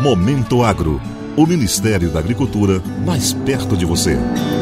Momento Agro, o Ministério da Agricultura mais perto de você.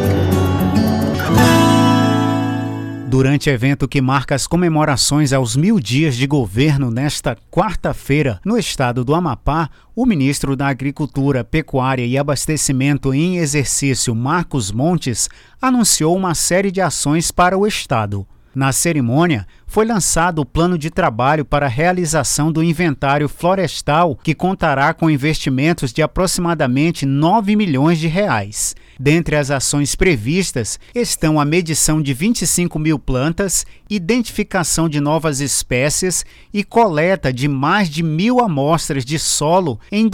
Durante evento que marca as comemorações aos 1000 dias de governo nesta quarta-feira, no estado do Amapá, o ministro da Agricultura, Pecuária e Abastecimento em exercício, Marcos Montes, anunciou uma série de ações para o estado. Na cerimônia, foi lançado o plano de trabalho para a realização do inventário florestal, que contará com investimentos de aproximadamente R$ 9 milhões. Dentre as ações previstas estão a medição de 25 mil plantas, identificação de novas espécies e coleta de mais de 1.000 amostras de solo em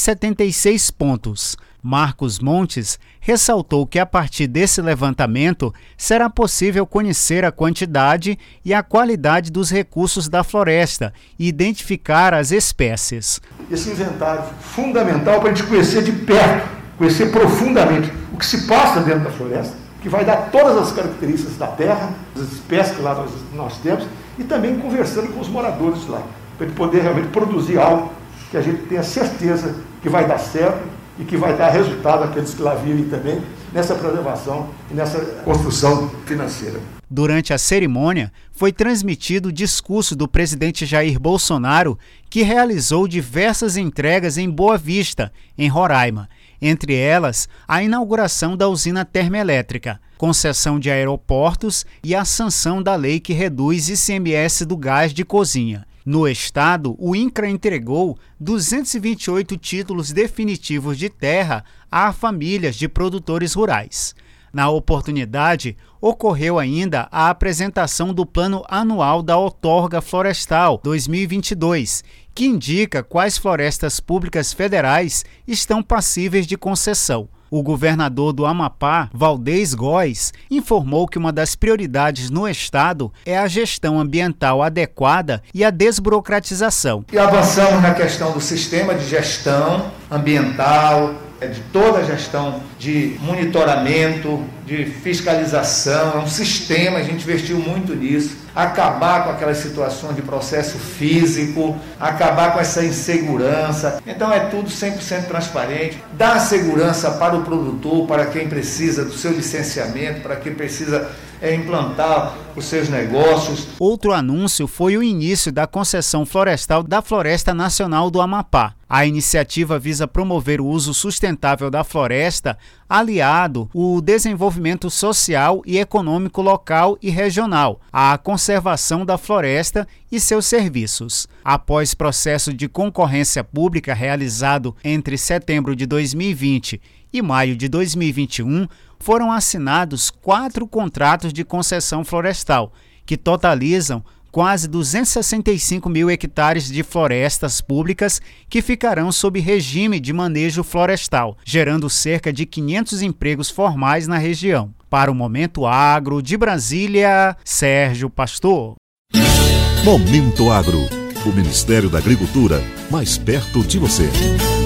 276 pontos. Marcos Montes ressaltou que a partir desse levantamento será possível conhecer a quantidade e a qualidade dos recursos da floresta e identificar as espécies. Esse inventário é fundamental para a gente conhecer de perto, conhecer profundamente o que se passa dentro da floresta, que vai dar todas as características da terra, das espécies que lá nós temos, e também conversando com os moradores lá, para ele poder realmente produzir algo que a gente tenha certeza que vai dar certo e que vai dar resultado àqueles que lá vivem também nessa preservação e nessa construção financeira. Durante a cerimônia, foi transmitido o discurso do presidente Jair Bolsonaro, que realizou diversas entregas em Boa Vista, em Roraima. Entre elas, a inauguração da usina termoelétrica, concessão de aeroportos e a sanção da lei que reduz ICMS do gás de cozinha. No estado, o INCRA entregou 228 títulos definitivos de terra a famílias de produtores rurais. Na oportunidade, ocorreu ainda a apresentação do Plano Anual da Outorga Florestal 2022, que indica quais florestas públicas federais estão passíveis de concessão. O governador do Amapá, Valdez Góes, informou que uma das prioridades no estado é a gestão ambiental adequada e a desburocratização. E avançamos na questão do sistema de gestão ambiental, de toda a gestão de monitoramento, de fiscalização, é um sistema, a gente investiu muito nisso, acabar com aquelas situações de processo físico, acabar com essa insegurança. Então é tudo 100% transparente, dar segurança para o produtor, para quem precisa do seu licenciamento, para quem precisa implantar os seus negócios. Outro anúncio foi o início da concessão florestal da Floresta Nacional do Amapá. A iniciativa visa promover o uso sustentável da floresta, aliado ao desenvolvimento social e econômico local e regional, à conservação da floresta e seus serviços. Após processo de concorrência pública realizado entre setembro de 2020 e maio de 2021, foram assinados 4 contratos de concessão florestal, que totalizam quase 265 mil hectares de florestas públicas que ficarão sob regime de manejo florestal, gerando cerca de 500 empregos formais na região. Para o Momento Agro, de Brasília, Sérgio Pastor. Momento Agro, o Ministério da Agricultura mais perto de você.